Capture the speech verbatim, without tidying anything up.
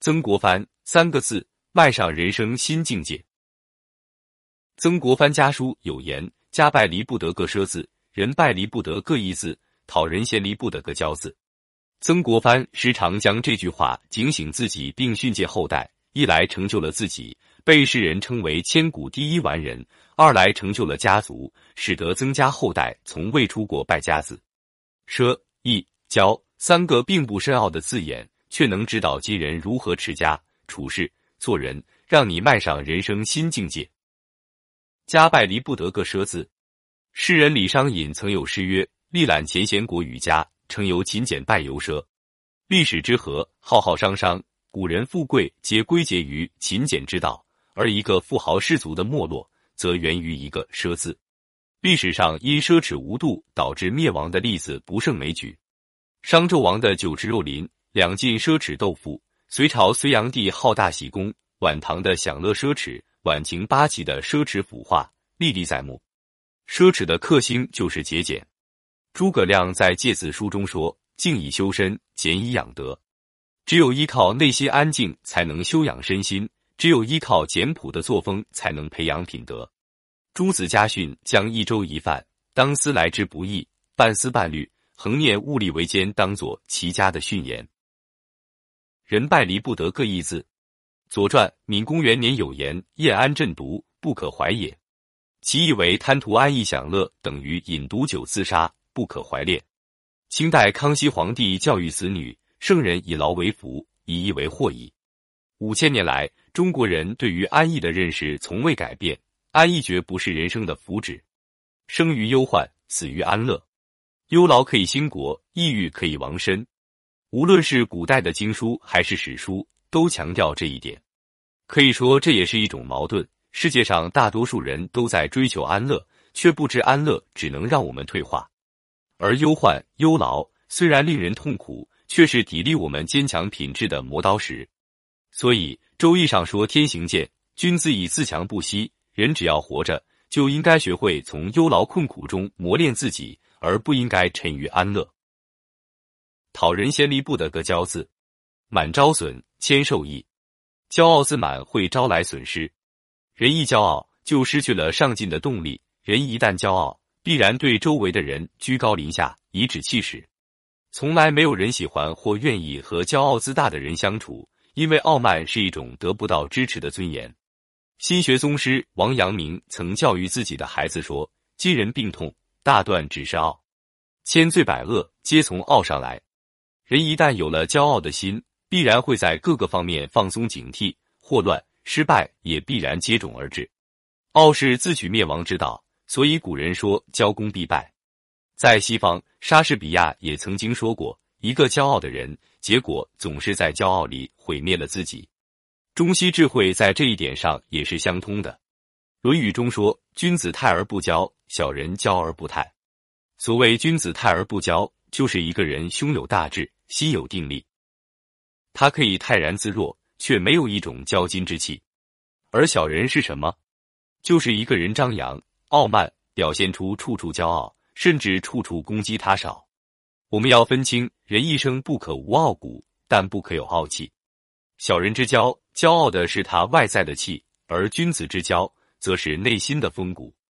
曾国藩三个字，迈上人生新境界。曾国藩家书有言：家败离不得个奢字，人败离不得个义字，讨人嫌离不得个骄字。曾国藩时常将这句话警醒自己并训诫后代，一来成就了自己，被世人称为千古第一完人；二来成就了家族，使得曾家后代从未出过败家子。奢、义、骄三个并不深奥的字眼，却能指导今人如何持家、处事、做人，让你迈上人生新境界。家败离不得个奢字。诗人李商隐曾有诗曰：历览前贤国与家，诚由勤俭败由奢。历史之河浩浩汤汤，古人富贵皆归结于勤俭之道，而一个富豪士族的没落，则源于一个奢字。历史上因奢侈无度导致灭亡的例子不胜枚举。商纣王的酒池肉林，两晋奢侈斗富，隋朝隋炀帝好大喜功，晚唐的享乐奢侈，晚清八旗的奢侈腐化，历历在目。奢侈的克星就是节俭。诸葛亮在《诫子书》中说：静以修身，俭以养德。只有依靠内心安静，才能修养身心；只有依靠简朴的作风，才能培养品德。朱子家训将一粥一饭，当思来之不易，半思半虑，恒念物力维艰，当作齐家的训言。人败离不得个义字。左传闵公元年有言：厌安鸩毒，不可怀也。其意为贪图安逸享乐，等于饮毒酒自杀，不可怀恋。清代康熙皇帝教育子女：圣人以劳为福，以逸为祸矣。五千年来，中国人对于安逸的认识从未改变，安逸绝不是人生的福祉。生于忧患，死于安乐。忧劳可以兴国，抑郁可以亡身。无论是古代的经书还是史书，都强调这一点。可以说这也是一种矛盾，世界上大多数人都在追求安乐，却不知安乐只能让我们退化。而忧患、忧劳虽然令人痛苦，却是砥砺我们坚强品质的磨刀石。所以周易上说：天行健，君子以自强不息。人只要活着，就应该学会从忧劳困苦中磨练自己，而不应该沉于安乐。讨人嫌离不得个骄字。满招损，谦受益。骄傲自满会招来损失。人一骄傲，就失去了上进的动力。人一旦骄傲，必然对周围的人居高临下，颐指气使。从来没有人喜欢或愿意和骄傲自大的人相处，因为傲慢是一种得不到支持的尊严。心学宗师王阳明曾教育自己的孩子说：今人病痛，大断只是傲，千罪百恶皆从傲上来。人一旦有了骄傲的心，必然会在各个方面放松警惕，祸乱、失败也必然接踵而至。傲是自取灭亡之道，所以古人说骄功必败。在西方，莎士比亚也曾经说过，一个骄傲的人，结果总是在骄傲里毁灭了自己。中西智慧在这一点上也是相通的。《论语》中说：君子泰而不骄，小人骄而不泰。所谓君子泰而不骄，就是一个人胸有大志，心有定力。他可以泰然自若，却没有一种骄矜之气。而小人是什么？就是一个人张扬、傲慢，表现出处处骄傲，甚至处处攻击他少。我们要分清，人一生不可无傲骨，但不可有傲气。小人之骄，骄傲的是他外在的气，而君子之骄，则是内心的风骨。